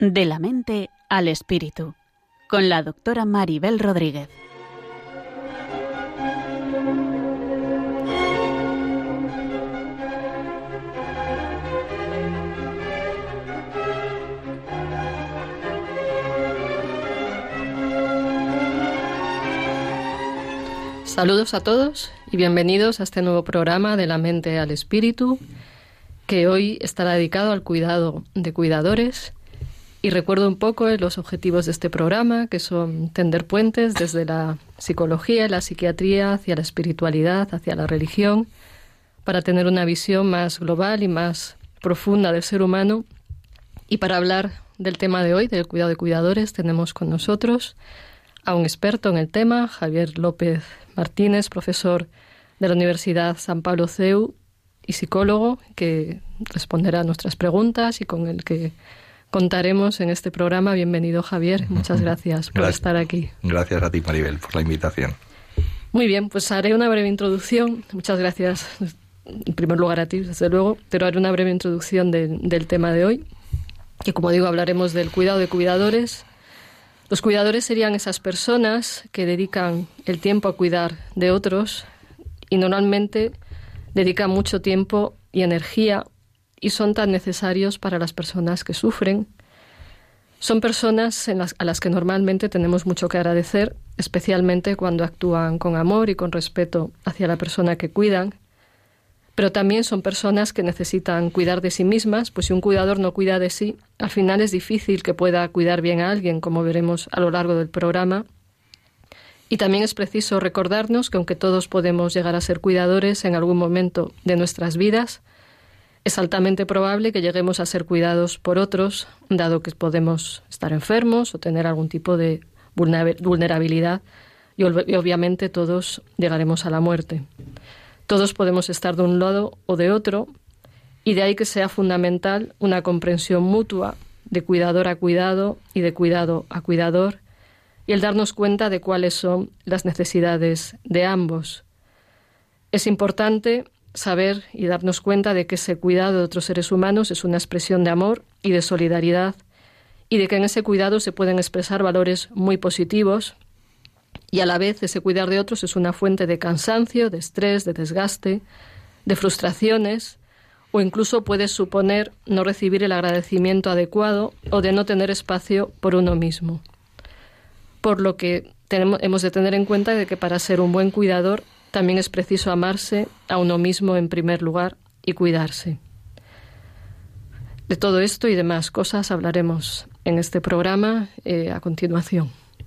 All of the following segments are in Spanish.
De la mente al espíritu, con la doctora Maribel Rodríguez. Saludos a todos y bienvenidos a este nuevo programa de la mente al espíritu, que hoy estará dedicado al cuidado de cuidadores. Y recuerdo un poco los objetivos de este programa, que son tender puentes desde la psicología y la psiquiatría hacia la espiritualidad, hacia la religión, para tener una visión más global y más profunda del ser humano. Y para hablar del tema de hoy, del cuidado de cuidadores, tenemos con nosotros a un experto en el tema, Javier López Martínez, profesor de la Universidad San Pablo CEU y psicólogo, que responderá a nuestras preguntas y con el que contaremos en este programa. Bienvenido, Javier. Muchas gracias por estar aquí. Gracias a ti, Maribel, por la invitación. Muy bien, pues haré una breve introducción. Muchas gracias, en primer lugar a ti, desde luego, pero haré una breve introducción del tema de hoy, que, como digo, hablaremos del cuidado de cuidadores. Los cuidadores serían esas personas que dedican el tiempo a cuidar de otros y normalmente dedican mucho tiempo y energía y son tan necesarios para las personas que sufren. Son personas a las que normalmente tenemos mucho que agradecer, especialmente cuando actúan con amor y con respeto hacia la persona que cuidan. Pero también son personas que necesitan cuidar de sí mismas, pues si un cuidador no cuida de sí, al final es difícil que pueda cuidar bien a alguien, como veremos a lo largo del programa. Y también es preciso recordarnos que aunque todos podemos llegar a ser cuidadores en algún momento de nuestras vidas, es altamente probable que lleguemos a ser cuidados por otros, dado que podemos estar enfermos o tener algún tipo de vulnerabilidad, y obviamente todos llegaremos a la muerte. Todos podemos estar de un lado o de otro, y de ahí que sea fundamental una comprensión mutua de cuidador a cuidado y de cuidado a cuidador, y el darnos cuenta de cuáles son las necesidades de ambos. Es importante saber y darnos cuenta de que ese cuidado de otros seres humanos es una expresión de amor y de solidaridad, y de que en ese cuidado se pueden expresar valores muy positivos, y a la vez ese cuidar de otros es una fuente de cansancio, de estrés, de desgaste, de frustraciones, o incluso puede suponer no recibir el agradecimiento adecuado o de no tener espacio por uno mismo. Por lo que hemos de tener en cuenta de que para ser un buen cuidador también es preciso amarse a uno mismo en primer lugar y cuidarse. De todo esto y demás cosas hablaremos en este programa a continuación.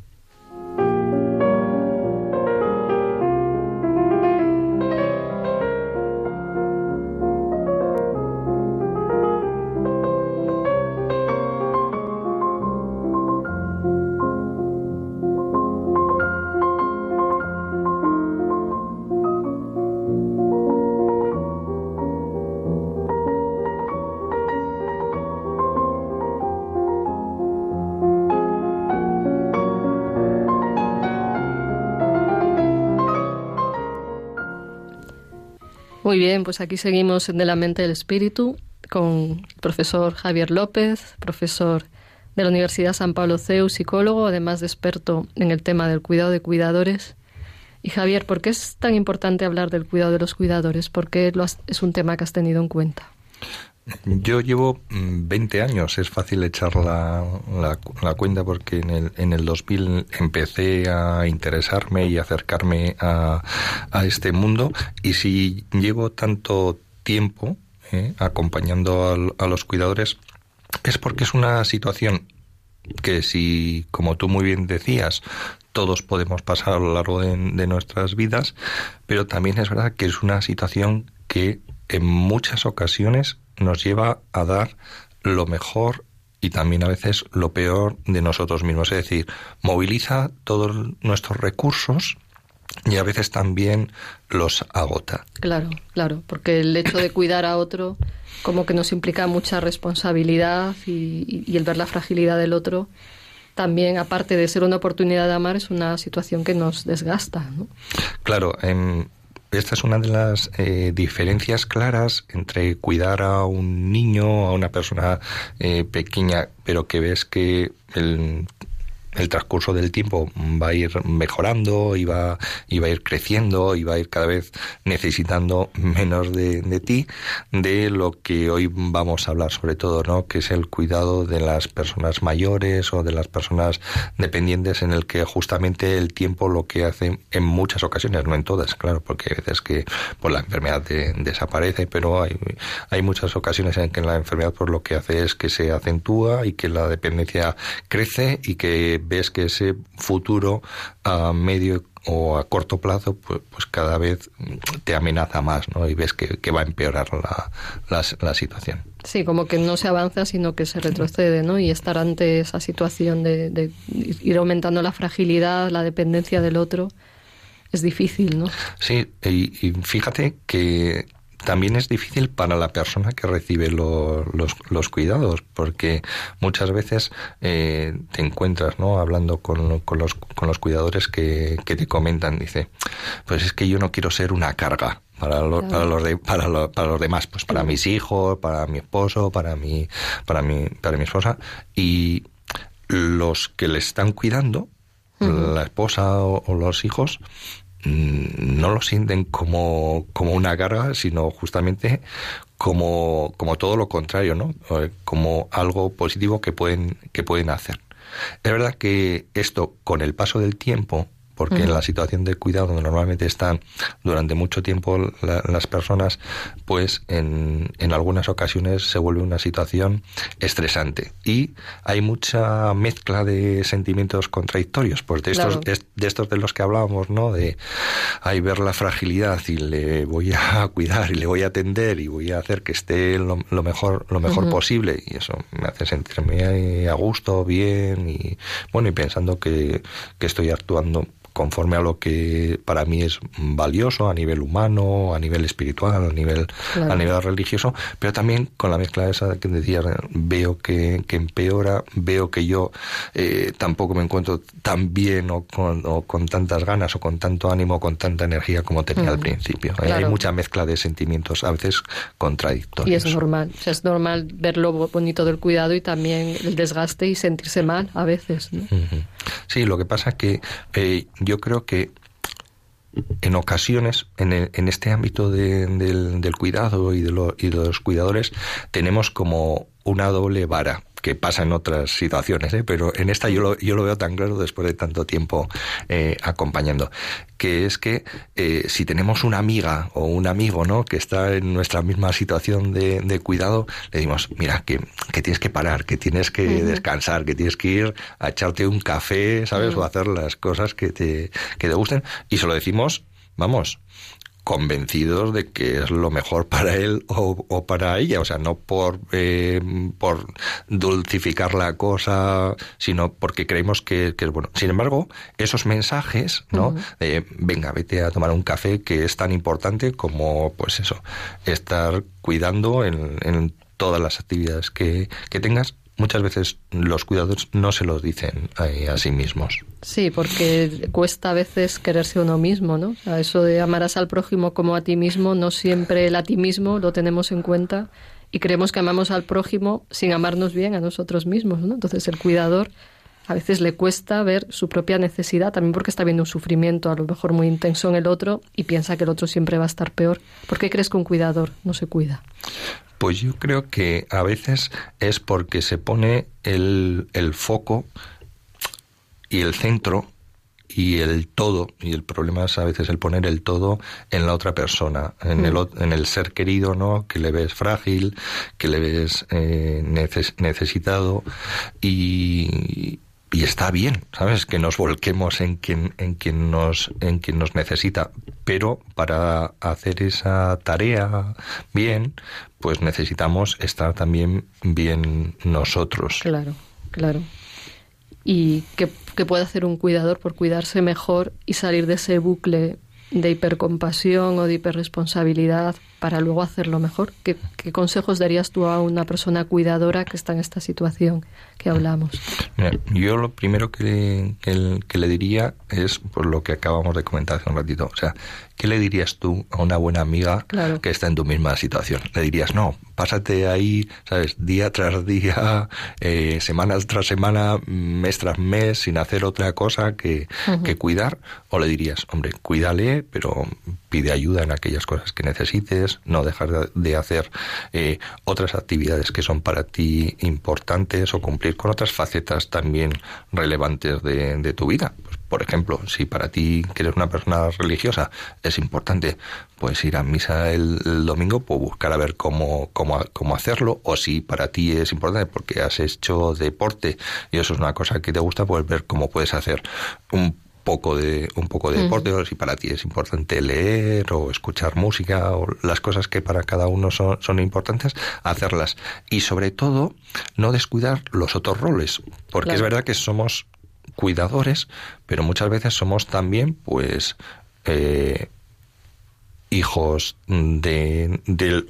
Muy bien, pues aquí seguimos en De la mente del espíritu con el profesor Javier López, profesor de la Universidad San Pablo CEU, psicólogo, además de experto en el tema del cuidado de cuidadores. Y Javier, ¿por qué es tan importante hablar del cuidado de los cuidadores? ¿Por qué es un tema que has tenido en cuenta? Yo llevo 20 años, es fácil echar la cuenta porque en el 2000 empecé a interesarme y acercarme a este mundo, y si llevo tanto tiempo acompañando a los cuidadores es porque es una situación que, si, como tú muy bien decías, todos podemos pasar a lo largo de nuestras vidas, pero también es verdad que es una situación que en muchas ocasiones nos lleva a dar lo mejor y también a veces lo peor de nosotros mismos. Es decir, moviliza todos nuestros recursos y a veces también los agota. Claro, porque el hecho de cuidar a otro como que nos implica mucha responsabilidad y el ver la fragilidad del otro también, aparte de ser una oportunidad de amar, es una situación que nos desgasta, ¿no? Claro, esta es una de las diferencias claras entre cuidar a un niño, a una persona pequeña, pero que ves que el transcurso del tiempo va a ir mejorando y va a ir creciendo y va a ir cada vez necesitando menos de ti, de lo que hoy vamos a hablar sobre todo, ¿no? Que es el cuidado de las personas mayores o de las personas dependientes, en el que justamente el tiempo lo que hace en muchas ocasiones, no en todas, claro, porque hay veces que pues la enfermedad desaparece, pero hay muchas ocasiones en que la enfermedad pues lo que hace es que se acentúa y que la dependencia crece y que ves que ese futuro a medio o a corto plazo pues cada vez te amenaza más, ¿no? Y ves que va a empeorar la situación. Sí, como que no se avanza, sino que se retrocede, ¿no? Y estar ante esa situación de ir aumentando la fragilidad, la dependencia del otro, es difícil, ¿no? Sí, y fíjate que también es difícil para la persona que recibe los cuidados, porque muchas veces te encuentras, ¿no?, hablando con los cuidadores que te comentan, dice, pues es que yo no quiero ser una carga para los demás, pues para mis hijos, para mi esposo, para mi esposa, y los que le están cuidando, la esposa o los hijos, no lo sienten como una carga, sino justamente como todo lo contrario, ¿no? Como algo positivo que pueden hacer. Es verdad que esto, con el paso del tiempo, porque en la situación de cuidado donde normalmente están durante mucho tiempo las personas, pues en algunas ocasiones se vuelve una situación estresante y hay mucha mezcla de sentimientos contradictorios, pues de estos de los que hablábamos, ¿no? De ver la fragilidad y le voy a cuidar y le voy a atender y voy a hacer que esté lo mejor posible, y eso me hace sentirme a gusto, bien y bueno, y pensando que estoy actuando conforme a lo que para mí es valioso a nivel humano, a nivel espiritual, a nivel religioso, pero también con la mezcla esa que decía, veo que empeora, veo que yo tampoco me encuentro tan bien o con tantas ganas o con tanto ánimo, con tanta energía como tenía al principio. Hay mucha mezcla de sentimientos, a veces contradictorios. Y es normal, o sea, es normal ver lo bonito del cuidado y también el desgaste y sentirse mal a veces, ¿no? Sí, lo que pasa es que yo creo que en ocasiones, en este ámbito del cuidado y de los cuidadores, tenemos como una doble vara, que pasa en otras situaciones, pero en esta yo lo veo tan claro después de tanto tiempo acompañando, que es que si tenemos una amiga o un amigo, ¿no?, que está en nuestra misma situación de cuidado, le decimos, mira, que tienes que parar, que tienes que descansar, que tienes que ir a echarte un café, ¿sabes?, o hacer las cosas que te gusten, y se lo decimos, vamos, convencidos de que es lo mejor para él o para ella, o sea, no por dulcificar la cosa, sino porque creemos que es bueno. Sin embargo, esos mensajes, ¿no?, de venga, vete a tomar un café, que es tan importante como, pues eso, estar cuidando en todas las actividades que tengas. Muchas veces los cuidadores no se los dicen a sí mismos. Sí, porque cuesta a veces quererse uno mismo, ¿no? O sea, eso de amarás al prójimo como a ti mismo, no siempre el a ti mismo lo tenemos en cuenta y creemos que amamos al prójimo sin amarnos bien a nosotros mismos, ¿no? Entonces el cuidador a veces le cuesta ver su propia necesidad, también porque está viendo un sufrimiento a lo mejor muy intenso en el otro y piensa que el otro siempre va a estar peor. ¿Por qué crees que un cuidador no se cuida? Pues yo creo que a veces es porque se pone el foco y el centro y el todo, y el problema es a veces el poner el todo en la otra persona, en el ser querido, ¿no?, que le ves frágil, que le ves necesitado, y está bien, ¿sabes?, que nos volquemos en quien nos necesita, pero para hacer esa tarea bien, pues necesitamos estar también bien nosotros. Claro. ¿Y qué puede hacer un cuidador por cuidarse mejor y salir de ese bucle de hipercompasión o de hiperresponsabilidad para luego hacerlo mejor. ¿Qué consejos darías tú a una persona cuidadora que está en esta situación que hablamos? Mira, yo lo primero que le diría es por lo que acabamos de comentar hace un ratito. O sea, ¿qué le dirías tú a una buena amiga que está en tu misma situación? Le dirías, no, pásate ahí, ¿sabes? Día tras día, semana tras semana, mes tras mes, sin hacer otra cosa que cuidar. O le dirías, hombre, cuídale, pero pide ayuda en aquellas cosas que necesites, no dejar de hacer otras actividades que son para ti importantes o cumplir con otras facetas también relevantes de tu vida. Pues, por ejemplo, si para ti, que eres una persona religiosa, es importante pues ir a misa el domingo, pues buscar a ver cómo hacerlo, o si para ti es importante porque has hecho deporte y eso es una cosa que te gusta, pues ver cómo puedes hacer un poco de deporte, o si para ti es importante leer o escuchar música, o las cosas que para cada uno son importantes, hacerlas. Y sobre todo, no descuidar los otros roles, porque es verdad que somos cuidadores, pero muchas veces somos también, pues, hijos del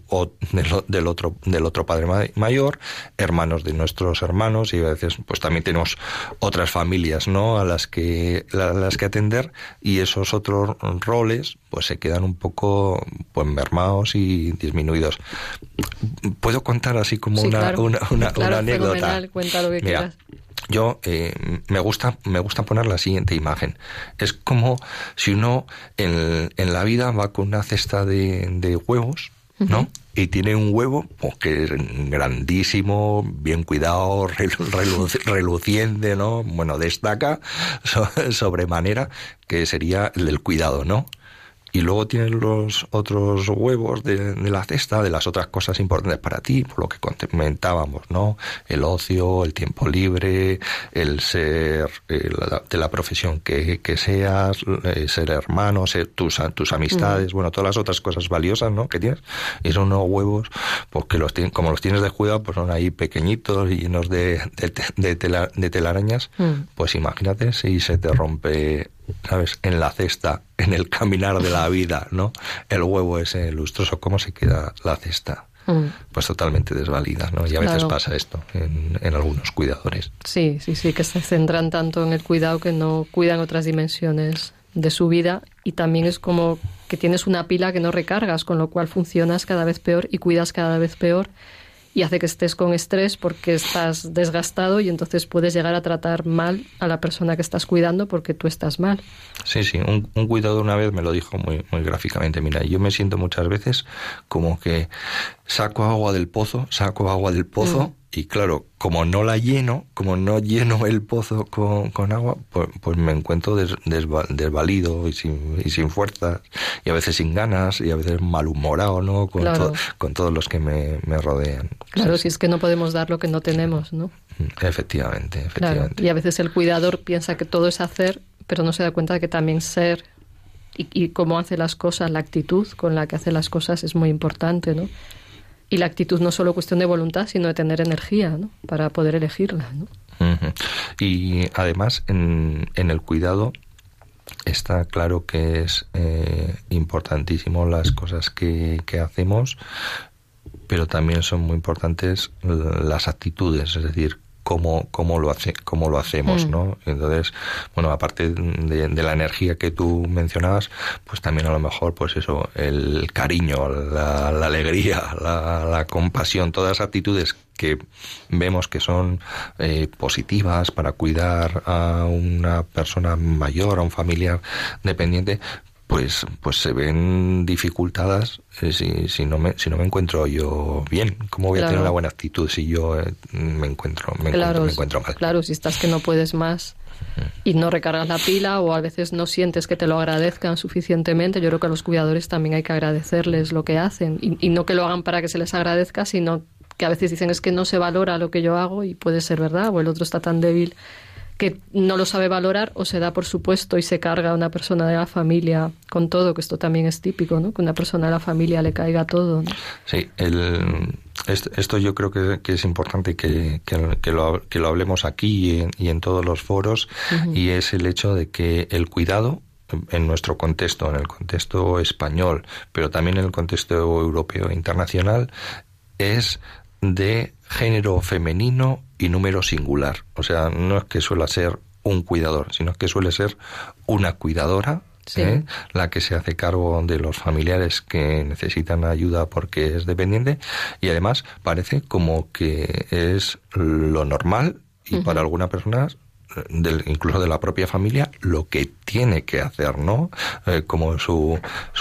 otro padre mayor, hermanos de nuestros hermanos, y a veces pues también tenemos otras familias, ¿no?, a las que atender, y esos otros roles pues se quedan un poco pues mermados y disminuidos. ¿Puedo contar así como una anécdota? Cuenta lo que quieras. Yo me gusta poner la siguiente imagen. Es como si uno en la vida va con una cesta de huevos, ¿no? Y tiene un huevo pues, que es grandísimo, bien cuidado, reluciente, ¿no? Bueno, destaca sobremanera, que sería el del cuidado, ¿no? Y luego tienes los otros huevos de la cesta, de las otras cosas importantes para ti, por lo que comentábamos, ¿no? El ocio, el tiempo libre, el ser de la profesión que seas, ser hermano, ser tus amistades, bueno, todas las otras cosas valiosas, ¿no?, que tienes. Y son unos huevos, porque como los tienes de cuidado, pues son ahí pequeñitos y llenos de telarañas. Pues imagínate si se te rompe, ¿sabes?, en la cesta, en el caminar de la vida, ¿no?, el huevo ese lustroso, ¿cómo se queda la cesta? Pues totalmente desvalida, ¿no? Y a veces pasa esto en algunos cuidadores. Sí, que se centran tanto en el cuidado que no cuidan otras dimensiones de su vida, y también es como que tienes una pila que no recargas, con lo cual funcionas cada vez peor y cuidas cada vez peor, y hace que estés con estrés porque estás desgastado, y entonces puedes llegar a tratar mal a la persona que estás cuidando porque tú estás mal. Sí, un cuidador una vez me lo dijo muy, muy gráficamente. Mira, yo me siento muchas veces como que saco agua del pozo, y claro, como no lleno el pozo con agua, pues me encuentro desvalido y sin fuerzas, y a veces sin ganas, y a veces malhumorado, ¿no?, con todos los que me rodean. Claro, Sí. Si es que no podemos dar lo que no tenemos, ¿no? Efectivamente. Claro. Y a veces el cuidador piensa que todo es hacer, pero no se da cuenta de que también ser y cómo hace las cosas, la actitud con la que hace las cosas es muy importante, ¿no? Y la actitud no es solo cuestión de voluntad, sino de tener energía, ¿no?, para poder elegirla, ¿no? Y además en el cuidado está claro que es importantísimo las cosas que hacemos, pero también son muy importantes las actitudes, es decir, cómo lo hacemos, ¿no? Entonces, bueno, aparte de la energía que tú mencionabas, pues también a lo mejor, pues eso, el cariño, la alegría, la compasión, todas las actitudes que vemos que son positivas para cuidar a una persona mayor, a un familiar dependiente, pues se ven dificultadas si no me encuentro yo bien. ¿Cómo voy a tener una buena actitud si yo me encuentro mal? Claro, si estás que no puedes más y no recargas la pila, o a veces no sientes que te lo agradezcan suficientemente. Yo creo que a los cuidadores también hay que agradecerles lo que hacen, y no que lo hagan para que se les agradezca, sino que a veces dicen es que no se valora lo que yo hago, y puede ser verdad, o el otro está tan débil que no lo sabe valorar, o se da por supuesto y se carga a una persona de la familia con todo, que esto también es típico, ¿no?, que una persona de la familia le caiga todo, ¿no? Sí, esto yo creo que es importante que lo hablemos aquí y en todos los foros, y es el hecho de que el cuidado en nuestro contexto, en el contexto español, pero también en el contexto europeo e internacional, es de género femenino y número singular. O sea, no es que suele ser un cuidador, sino que suele ser una cuidadora, sí, la que se hace cargo de los familiares que necesitan ayuda porque es dependiente, y además parece como que es lo normal y para alguna persona incluso de la propia familia, lo que tiene que hacer, ¿no? Como su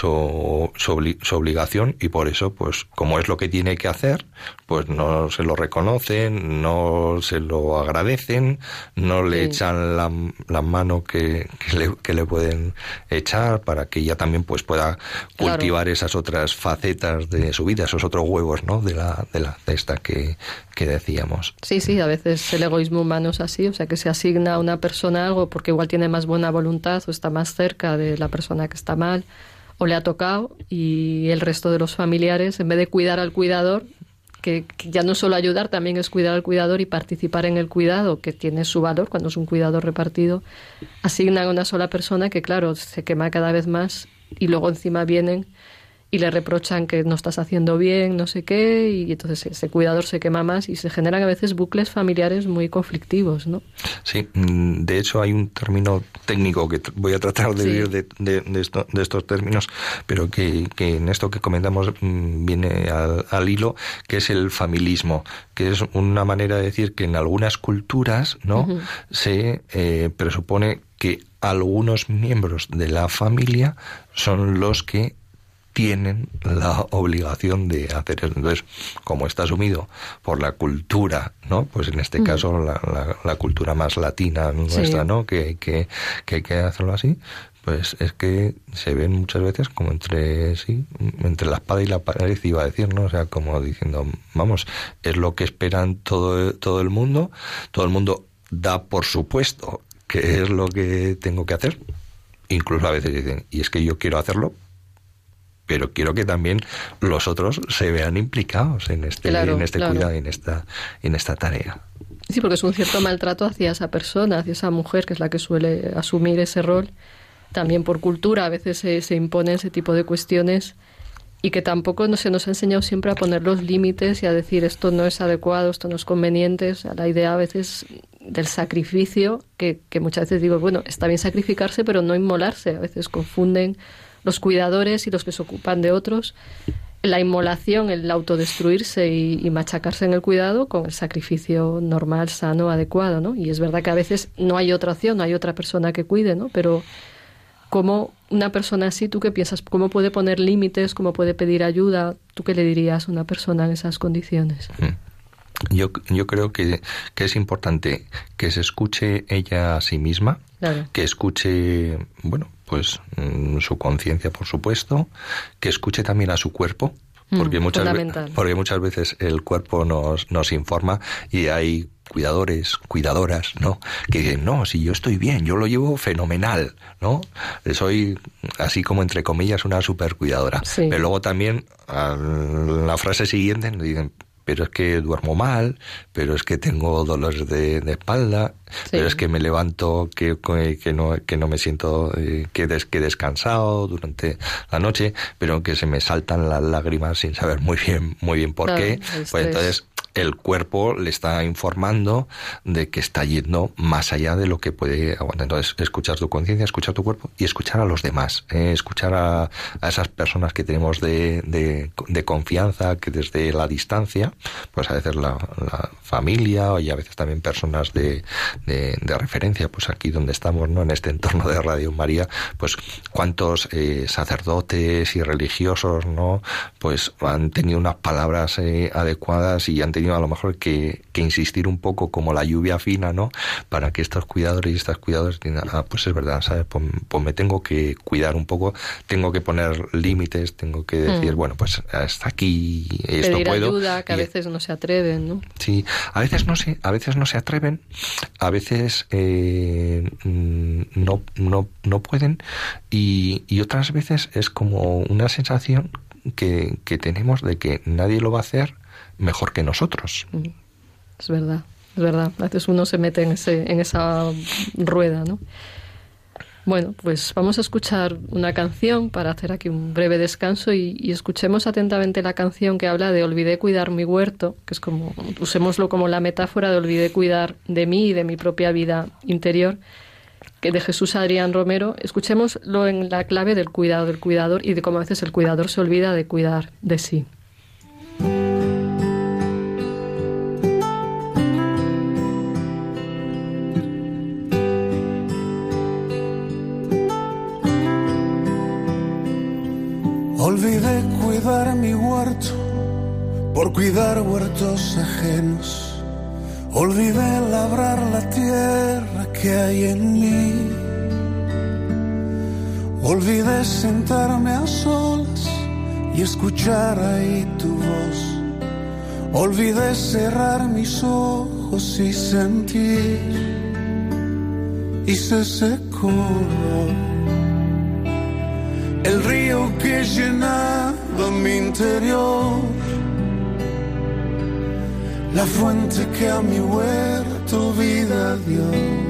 obligación, y por eso, pues, como es lo que tiene que hacer, pues no se lo reconocen, no se lo agradecen, no le echan la mano que le pueden echar para que ella también pues pueda cultivar esas otras facetas de su vida, esos otros huevos, ¿no? de la cesta que decíamos. Sí, a veces el egoísmo humano es así, o sea, que se asigna a una persona algo porque igual tiene más buena voluntad o está más cerca de la persona que está mal o le ha tocado, y el resto de los familiares, en vez de cuidar al cuidador, que ya no solo ayudar, también es cuidar al cuidador y participar en el cuidado, que tiene su valor cuando es un cuidador repartido, asignan a una sola persona que, claro, se quema cada vez más, y luego encima vienen y le reprochan que no estás haciendo bien, no sé qué, y entonces ese cuidador se quema más y se generan a veces bucles familiares muy conflictivos, ¿no? Sí, de hecho hay un término técnico que voy a tratar de ir de estos términos, pero que en esto que comentamos viene al hilo, que es el familismo, que es una manera de decir que en algunas culturas, ¿no? Se presupone que algunos miembros de la familia son los que tienen la obligación de hacer eso. Entonces, como está asumido por la cultura, ¿no? Pues en este caso la cultura más latina nuestra, ¿no? Que hay que hacerlo así, pues es que se ven muchas veces como entre la espada y la pared, iba a decir, ¿no? O sea, como diciendo, vamos, es lo que esperan todo el mundo da por supuesto que es lo que tengo que hacer. Incluso a veces dicen, y es que yo quiero hacerlo, pero quiero que también los otros se vean implicados en este cuidado y en esta tarea. Sí, porque es un cierto maltrato hacia esa persona, hacia esa mujer, que es la que suele asumir ese rol. También por cultura a veces se impone ese tipo de cuestiones, y que tampoco se nos ha enseñado siempre a poner los límites y a decir esto no es adecuado, esto no es conveniente. O sea, la idea a veces del sacrificio, que muchas veces digo, bueno, está bien sacrificarse, pero no inmolarse. A veces confunden los cuidadores y los que se ocupan de otros, la inmolación, el autodestruirse y machacarse en el cuidado, con el sacrificio normal, sano, adecuado, ¿no? Y es verdad que a veces no hay otra opción, no hay otra persona que cuide, ¿no? Pero ¿cómo una persona así, tú qué piensas? ¿Cómo puede poner límites? ¿Cómo puede pedir ayuda? ¿Tú qué le dirías a una persona en esas condiciones? Yo creo que es importante que se escuche ella a sí misma, que escuche, bueno, pues su conciencia, por supuesto, que escuche también a su cuerpo, porque muchas veces el cuerpo nos informa, y hay cuidadoras, ¿no? Que dicen, no, si yo estoy bien, yo lo llevo fenomenal, ¿no? Soy, así como entre comillas, una super cuidadora. Sí. Pero luego también, a la frase siguiente, nos dicen, pero es que duermo mal, pero es que tengo dolores de espalda, pero es que me levanto que no me siento que he descansado durante la noche, pero que se me saltan las lágrimas sin saber muy bien por qué. Pues entonces el cuerpo le está informando de que está yendo más allá de lo que puede aguantar. Entonces, escuchar tu conciencia, escuchar tu cuerpo y escuchar a los demás, escuchar a esas personas que tenemos de confianza, que desde la distancia, pues a veces la familia, y a veces también personas de referencia, pues aquí donde estamos, ¿no? En este entorno de Radio María, pues cuántos sacerdotes y religiosos, ¿no? Pues han tenido unas palabras adecuadas, y han tenido a lo mejor que insistir un poco como la lluvia fina, ¿no? Para que estos cuidadores y estas cuidadoras digan, pues es verdad, ¿sabes? Pues me tengo que cuidar un poco, tengo que poner límites, tengo que decir, bueno, pues hasta aquí esto pedir puedo. Ayuda, que a veces no se atreven, ¿no? Sí, a veces no se atreven, a veces no pueden, y otras veces es como una sensación que tenemos de que nadie lo va a hacer mejor que nosotros. Es verdad. A veces uno se mete en esa rueda, ¿no? Bueno, pues vamos a escuchar una canción para hacer aquí un breve descanso y escuchemos atentamente la canción que habla de olvidé cuidar mi huerto, que es como, usémoslo como la metáfora de olvidé cuidar de mí y de mi propia vida interior, que de Jesús Adrián Romero. Escuchémoslo en la clave del cuidado del cuidador y de cómo a veces el cuidador se olvida de cuidar de sí. Olvidé cuidar mi huerto por cuidar huertos ajenos. Olvidé labrar la tierra que hay en mí. Olvidé sentarme a solas y escuchar ahí tu voz. Olvidé cerrar mis ojos y sentir. Y se secó el río que llenaba mi interior, la fuente que a mi huerto vida dio,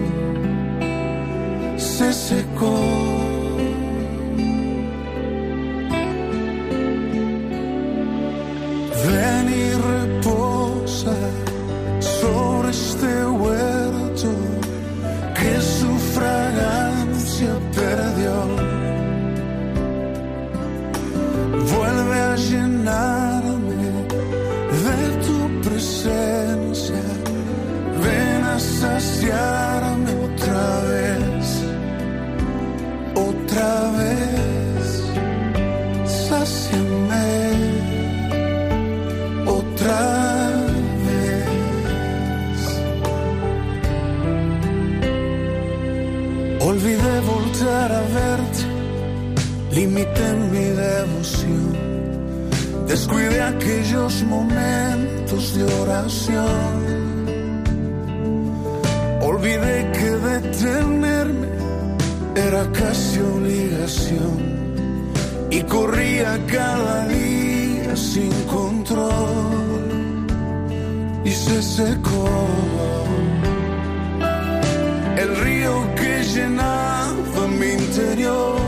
se secó. Ven y reposa sobre este huerto que su fragancia perdió. Vuelve a llenarme de tu presencia, ven a saciarme otra vez, sáciame otra vez. Olvidé voltear a verte, limité mi devoción, descuidé aquellos momentos de oración. Olvidé que detenerme era casi obligación y corría cada día sin control y se secó el río que llenaba mi interior,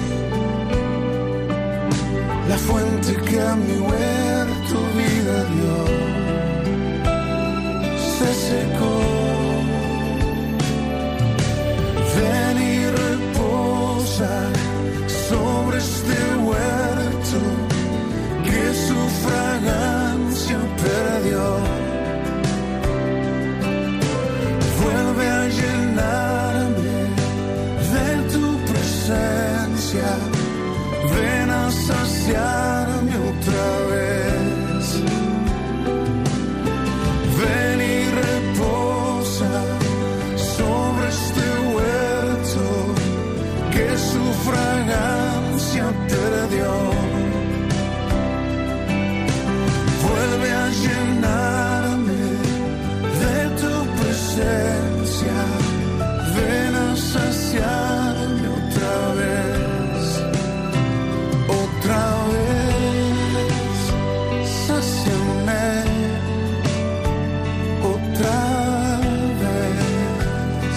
la fuente que a mi huerto vida dio, se secó. Ven y reposa sobre este huerto que su fragancia perdió. Vuelve a llenarme de tu presencia, ven a saciarme otra vez. Ven y reposa sobre este huerto que su fragancia perdió. Vuelve a llenarme de tu presencia, ven a saciarme otra vez, sáciame otra vez,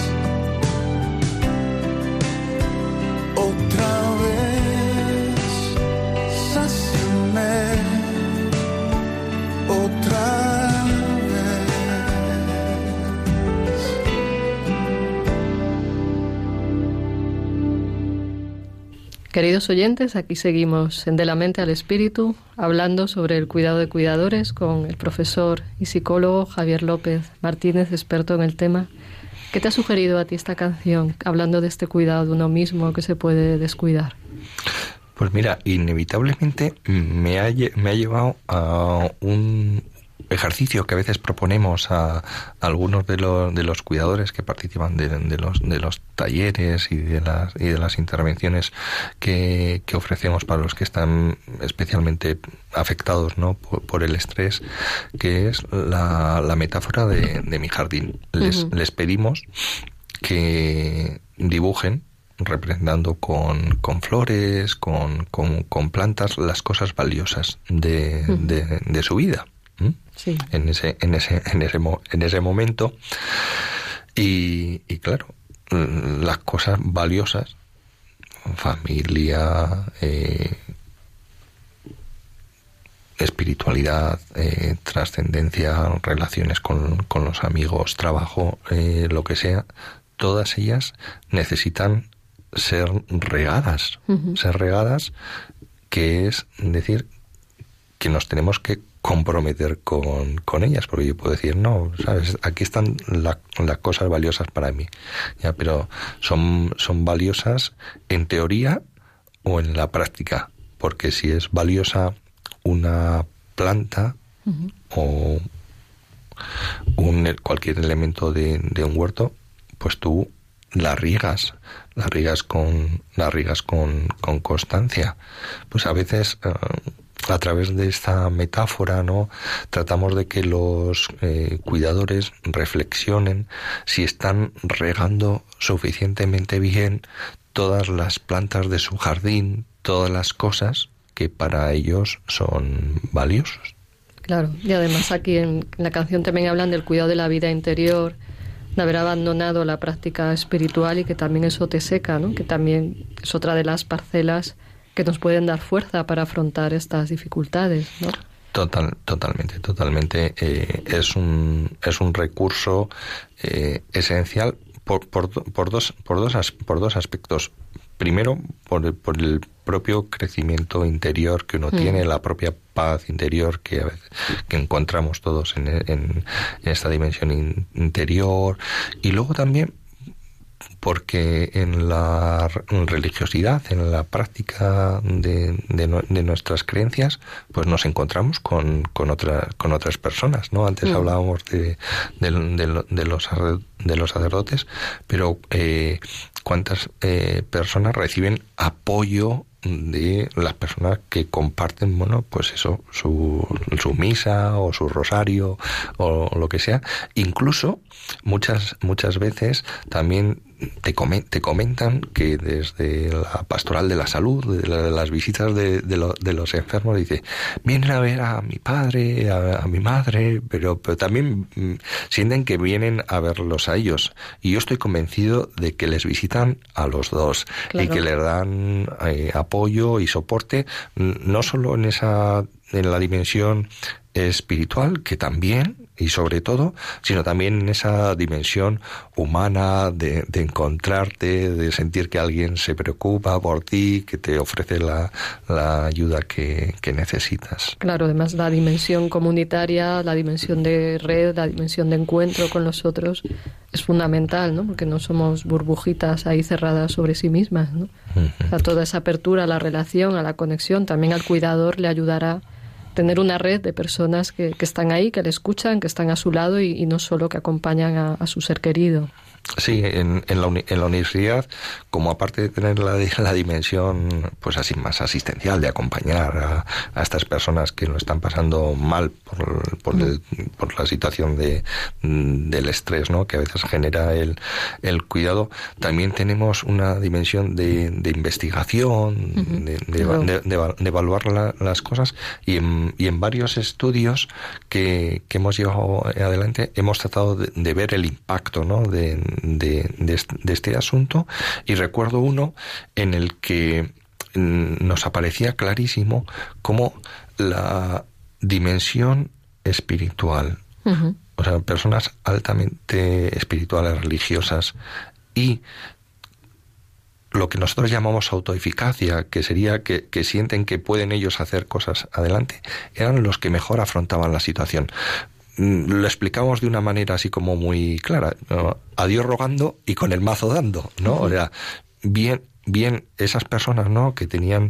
sáciame otra vez. Queridos oyentes, aquí seguimos en De la Mente al Espíritu, hablando sobre el cuidado de cuidadores con el profesor y psicólogo Javier López Martínez, experto en el tema. ¿Qué te ha sugerido a ti esta canción, hablando de este cuidado de uno mismo que se puede descuidar? Pues mira, inevitablemente me ha llevado a un ejercicio que a veces proponemos a algunos de los cuidadores que participan de los talleres y de las intervenciones que ofrecemos para los que están especialmente afectados, ¿no?, por el estrés, que es la metáfora de mi jardín. Les pedimos que dibujen representando con flores, con plantas, las cosas valiosas de su vida. Sí. En ese momento y claro, las cosas valiosas familia, espiritualidad, trascendencia, relaciones con los amigos, trabajo, lo que sea, todas ellas necesitan ser regadas, que es decir que nos tenemos que comprometer con ellas, porque yo puedo decir, no, sabes, aquí están las cosas valiosas para mí, ya, pero son valiosas en teoría o en la práctica, porque si es valiosa una planta o cualquier elemento de un huerto, pues tú la riegas con constancia. Pues a veces a través de esta metáfora, ¿no?, tratamos de que los cuidadores reflexionen si están regando suficientemente bien todas las plantas de su jardín, todas las cosas que para ellos son valiosos. Claro, y además aquí en la canción también hablan del cuidado de la vida interior, de haber abandonado la práctica espiritual y que también eso te seca, ¿no? Que también es otra de las parcelas que nos pueden dar fuerza para afrontar estas dificultades, ¿no? Totalmente. Es un recurso esencial por dos aspectos. Primero, por el propio crecimiento interior que uno tiene, la propia paz interior que a veces que encontramos todos en esta dimensión interior, y luego también porque en la religiosidad, en la práctica de nuestras creencias, pues nos encontramos con otras personas, ¿no? Antes hablábamos de los sacerdotes, pero ¿cuántas personas reciben apoyo de las personas que comparten, bueno, pues eso, su misa o su rosario o lo que sea? Incluso muchas veces también te comentan que desde la pastoral de la salud, de las visitas de los enfermos, dice, vienen a ver a mi padre, a mi madre, pero también sienten que vienen a verlos a ellos. Y yo estoy convencido de que les visitan a los dos, claro, y que les dan apoyo y soporte, no solo en la dimensión espiritual, que también y sobre todo, sino también en esa dimensión humana de encontrarte, de sentir que alguien se preocupa por ti, que te ofrece la ayuda que necesitas. Claro, además la dimensión comunitaria, la dimensión de red, la dimensión de encuentro con los otros es fundamental, ¿no? Porque no somos burbujitas ahí cerradas sobre sí mismas, ¿no? O sea, toda esa apertura a la relación, a la conexión, también al cuidador le ayudará tener una red de personas que están ahí, que le escuchan, que están a su lado y no solo que acompañan a su ser querido. Sí, en la universidad, como aparte de tener la dimensión pues así más asistencial, de acompañar a estas personas que lo están pasando mal por la situación del estrés, ¿no?, que a veces genera el cuidado, también tenemos una dimensión de investigación, de evaluar las cosas, y en varios estudios que hemos llevado adelante hemos tratado de ver el impacto, ¿no?, de este asunto, y recuerdo uno en el que nos aparecía clarísimo cómo la dimensión espiritual, o sea, personas altamente espirituales, religiosas, y lo que nosotros llamamos autoeficacia, que sería que sienten que pueden ellos hacer cosas adelante, eran los que mejor afrontaban la situación. Lo explicamos de una manera así como muy clara, ¿no? A Dios rogando y con el mazo dando, ¿no? O sea, bien esas personas, ¿no?, que tenían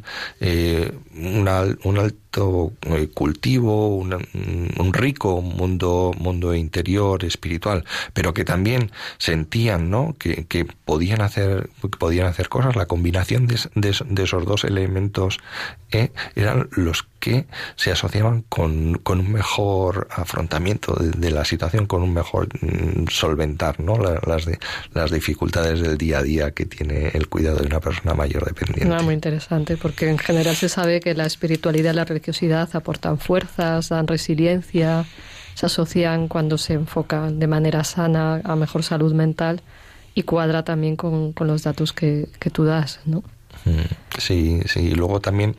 un alto cultivo, un rico mundo interior espiritual, pero que también sentían, ¿no?, que podían hacer cosas. La combinación de esos dos elementos eran los que se asociaban con un mejor afrontamiento de la situación, con un mejor solventar, ¿no?, las dificultades del día a día que tiene el cuidado de una persona mayor dependiente. Muy interesante, porque en general se sabe que la espiritualidad y la religiosidad aportan fuerzas, dan resiliencia, se asocian cuando se enfocan de manera sana a mejor salud mental, y cuadra también con los datos que tú das, ¿no? Sí. Luego también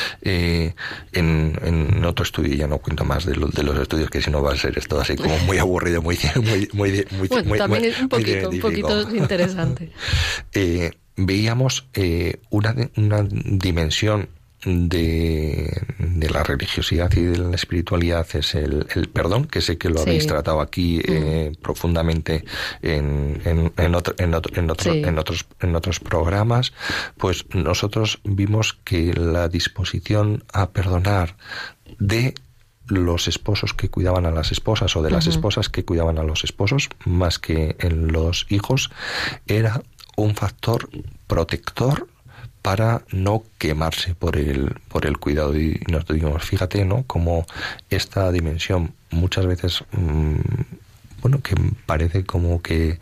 en otro estudio, ya no cuento más de los estudios, que si no va a ser esto así como muy aburrido, muy también es un poquito interesante. Veíamos una dimensión de la religiosidad y de la espiritualidad, es el perdón, que sé que lo habéis tratado aquí profundamente en otros programas. Pues nosotros vimos que la disposición a perdonar de los esposos que cuidaban a las esposas, o de las esposas que cuidaban a los esposos, más que en los hijos, era un factor protector para no quemarse por el cuidado. Y nos digamos, fíjate, ¿no?, como esta dimensión muchas veces, que parece como que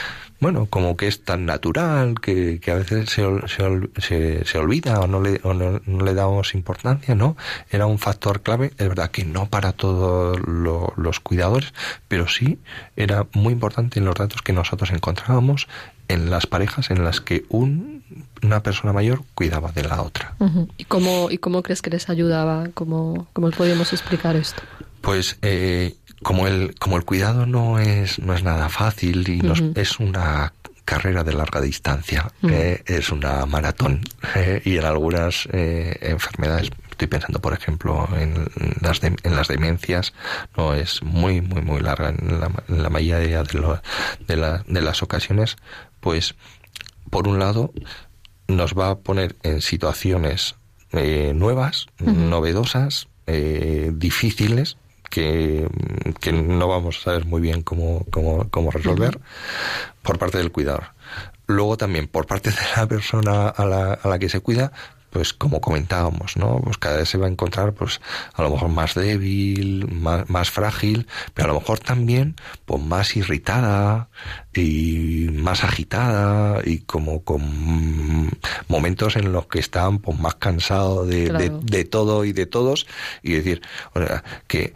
es tan natural que a veces se olvida o no le damos importancia, ¿no? Era un factor clave. Es verdad que no para todos los cuidadores, pero sí era muy importante en los datos que nosotros encontrábamos en las parejas en las que una persona mayor cuidaba de la otra. ¿Y cómo crees que les ayudaba? ¿Cómo podríamos explicar esto? Pues como el cuidado no es nada fácil y es una carrera de larga distancia, es una maratón, y en algunas enfermedades, estoy pensando por ejemplo en las demencias, no es muy muy muy larga. En la mayoría de las ocasiones, pues por un lado nos va a poner en situaciones nuevas, novedosas, difíciles, que no vamos a saber muy bien cómo resolver por parte del cuidador. Luego también por parte de la persona a la que se cuida, pues como comentábamos, ¿no? Pues cada vez se va a encontrar, pues a lo mejor más débil, más frágil, pero a lo mejor también pues más irritada y más agitada, y como con momentos en los que están pues más cansados de todo y de todos, y decir, o sea, que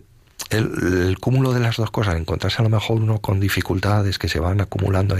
el cúmulo de las dos cosas, encontrarse a lo mejor uno con dificultades que se van acumulando,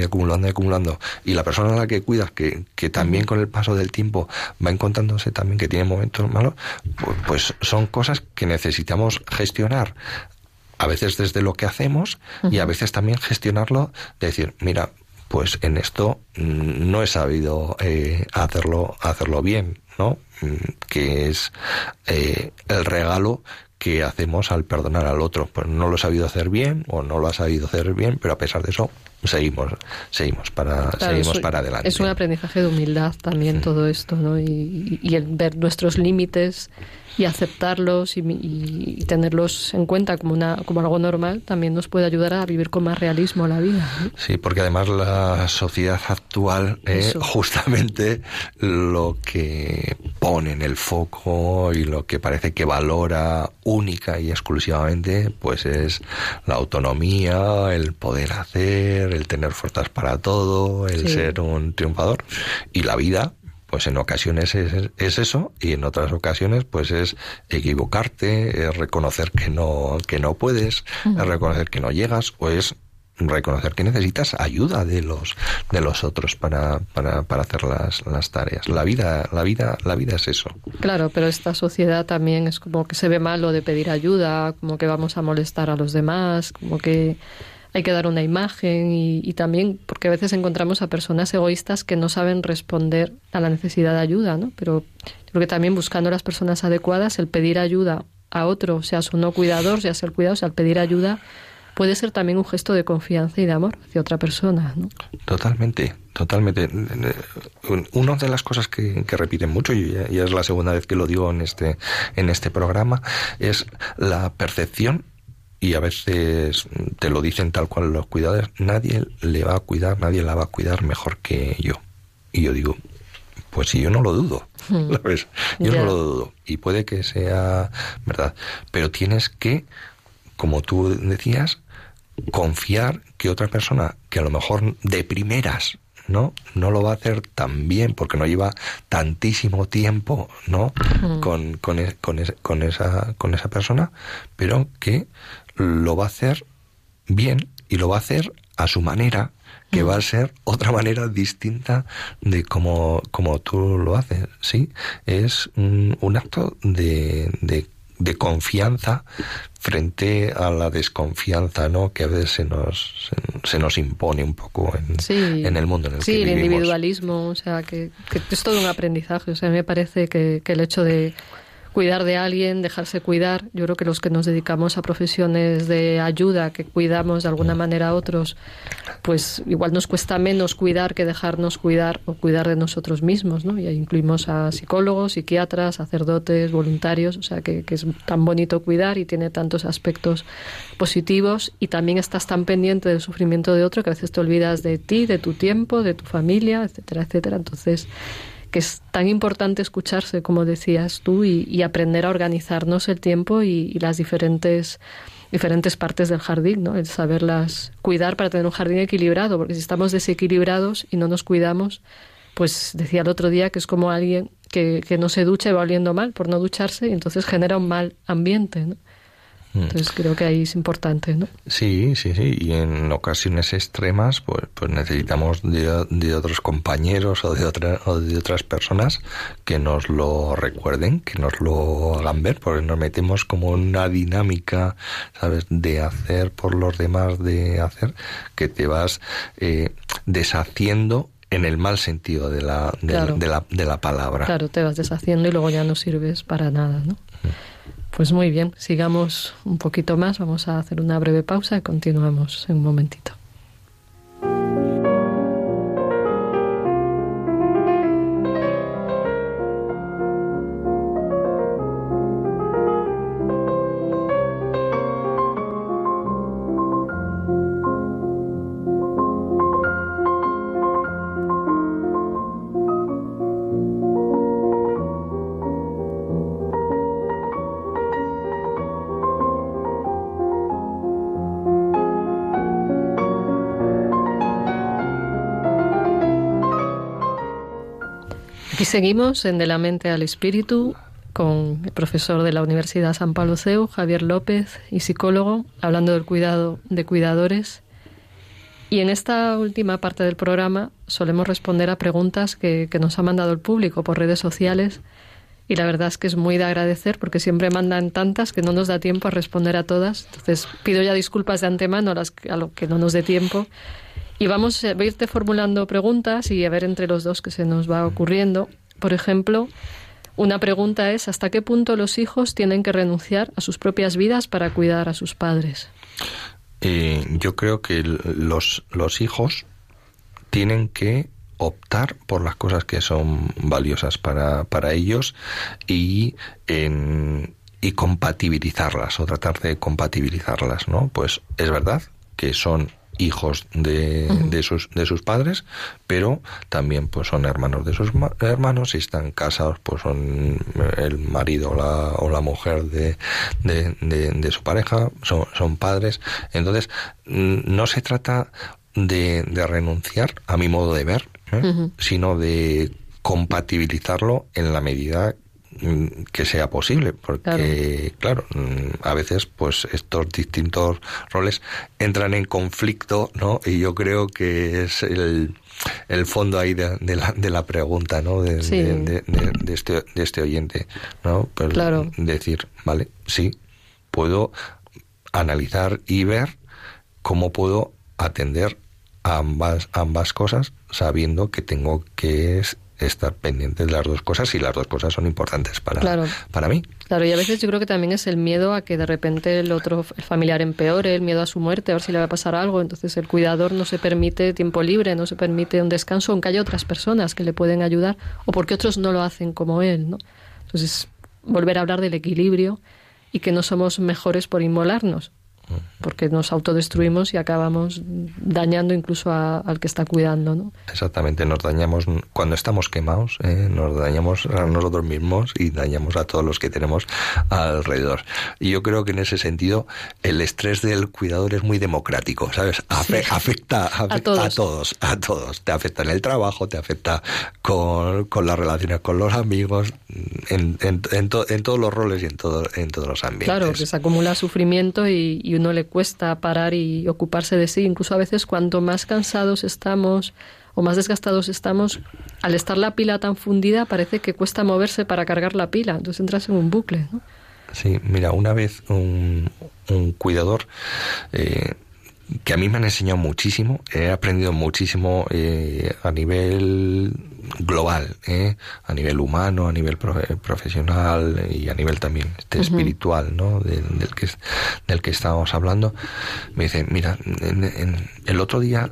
y la persona a la que cuidas, que también con el paso del tiempo va encontrándose también que tiene momentos malos, pues son cosas que necesitamos gestionar, a veces desde lo que hacemos, y a veces también gestionarlo, de decir, mira, pues en esto no he sabido hacerlo bien, ¿no? Que es el regalo que hacemos al perdonar al otro. Pues no lo he sabido hacer bien, o no lo ha sabido hacer bien, pero a pesar de eso seguimos para adelante. Es un aprendizaje de humildad también todo esto, ¿no? Y el ver nuestros límites y aceptarlos y tenerlos en cuenta como algo normal también nos puede ayudar a vivir con más realismo la vida, ¿no? Sí, porque además la sociedad actual justamente lo que pone en el foco y lo que parece que valora única y exclusivamente, pues es la autonomía, el poder hacer, el tener fuerzas para todo, el ser un triunfador. Y la vida, pues en ocasiones es eso, y en otras ocasiones pues es equivocarte, es reconocer que no puedes, es reconocer que no llegas, o es reconocer que necesitas ayuda de los otros para hacer las tareas. La vida es eso. Claro, pero esta sociedad también es como que se ve mal lo de pedir ayuda, como que vamos a molestar a los demás, como que hay que dar una imagen, y también porque a veces encontramos a personas egoístas que no saben responder a la necesidad de ayuda, ¿no? Pero creo que también buscando las personas adecuadas, el pedir ayuda a otro, sea su no cuidador, sea el cuidado, el pedir ayuda, puede ser también un gesto de confianza y de amor hacia otra persona, ¿no? Totalmente. Una de las cosas que repiten mucho, y ya es la segunda vez que lo digo en este programa, es la percepción, y a veces te lo dicen tal cual los cuidadores: nadie le va a cuidar, nadie la va a cuidar mejor que yo. Y yo digo, pues sí, yo no lo dudo, ¿sabes? Yo no lo dudo, y puede que sea verdad, pero tienes que, como tú decías, confiar que otra persona, que a lo mejor de primeras no lo va a hacer tan bien porque no lleva tantísimo tiempo, ¿no? con esa persona, pero que lo va a hacer bien, y lo va a hacer a su manera, que va a ser otra manera distinta de como tú lo haces, ¿sí? Es un acto de confianza frente a la desconfianza, ¿no?, que a veces se nos impone un poco en el mundo en el que vivimos. Sí, el individualismo, o sea, que es todo un aprendizaje. O sea, me parece que el hecho de cuidar de alguien, dejarse cuidar, yo creo que los que nos dedicamos a profesiones de ayuda, que cuidamos de alguna manera a otros, pues igual nos cuesta menos cuidar que dejarnos cuidar o cuidar de nosotros mismos, ¿no? Y ahí incluimos a psicólogos, psiquiatras, sacerdotes, voluntarios, o sea que es tan bonito cuidar y tiene tantos aspectos positivos, y también estás tan pendiente del sufrimiento de otro que a veces te olvidas de ti, de tu tiempo, de tu familia, etcétera, etcétera. Entonces, que es tan importante escucharse, como decías tú, y aprender a organizarnos el tiempo y las diferentes partes del jardín, ¿no? El saberlas cuidar para tener un jardín equilibrado, porque si estamos desequilibrados y no nos cuidamos, pues decía el otro día que es como alguien que no se ducha y va oliendo mal por no ducharse, y entonces genera un mal ambiente, ¿no? Entonces creo que ahí es importante, ¿no? Sí, y en ocasiones extremas pues necesitamos de otros compañeros o de otras personas que nos lo recuerden, que nos lo hagan ver, porque nos metemos como en una dinámica, ¿sabes?, de hacer por los demás, de hacer, que te vas deshaciendo en el mal sentido de la palabra. Claro, te vas deshaciendo y luego ya no sirves para nada, ¿no? Pues muy bien, sigamos un poquito más, vamos a hacer una breve pausa y continuamos en un momentito. Aquí seguimos en De la Mente al Espíritu con el profesor de la Universidad San Pablo CEU, Javier López, y psicólogo, hablando del cuidado de cuidadores. Y en esta última parte del programa solemos responder a preguntas que nos ha mandado el público por redes sociales, y la verdad es que es muy de agradecer porque siempre mandan tantas que no nos da tiempo a responder a todas. Entonces pido ya disculpas de antemano a lo que no nos dé tiempo. Y voy a irte formulando preguntas y a ver entre los dos qué se nos va ocurriendo. Por ejemplo, una pregunta es: ¿hasta qué punto los hijos tienen que renunciar a sus propias vidas para cuidar a sus padres? Yo creo que los hijos tienen que optar por las cosas que son valiosas para ellos y compatibilizarlas, o tratar de compatibilizarlas, ¿no? Pues es verdad que son hijos de sus padres, pero también pues son hermanos de sus hermanos. Si están casados, pues son el marido o la mujer de su pareja, son padres. Entonces no se trata de renunciar, a mi modo de ver, sino de compatibilizarlo en la medida que sea posible, porque claro, a veces pues estos distintos roles entran en conflicto, ¿no? Y yo creo que es el fondo ahí de la pregunta, ¿no? De este oyente, ¿no? Pues claro, decir, vale, sí, puedo analizar y ver cómo puedo atender ambas cosas, sabiendo que tengo que estar pendiente de las dos cosas, y las dos cosas son importantes para mí. Claro, y a veces yo creo que también es el miedo a que de repente el familiar empeore, el miedo a su muerte, a ver si le va a pasar algo. Entonces el cuidador no se permite tiempo libre, no se permite un descanso, aunque haya otras personas que le pueden ayudar, o porque otros no lo hacen como él, ¿no? Entonces volver a hablar del equilibrio y que no somos mejores por inmolarnos, porque nos autodestruimos y acabamos dañando incluso al que está cuidando, ¿no? Exactamente, nos dañamos cuando estamos quemados, nos dañamos a nosotros mismos y dañamos a todos los que tenemos alrededor. Y yo creo que en ese sentido el estrés del cuidador es muy democrático, ¿sabes? Afecta a todos. Te afecta en el trabajo, te afecta con las relaciones con los amigos, en todos los roles y en todos los ambientes. Claro, que se acumula sufrimiento y uno le cuesta parar y ocuparse de sí. Incluso a veces cuanto más cansados estamos o más desgastados estamos, al estar la pila tan fundida parece que cuesta moverse para cargar la pila. Entonces entras en un bucle, ¿no? Sí, mira, una vez un cuidador que a mí me han enseñado muchísimo, he aprendido muchísimo a nivel global, a nivel humano, a nivel profesional y a nivel también espiritual, ¿no? del que estábamos hablando. Me dice, mira, el otro día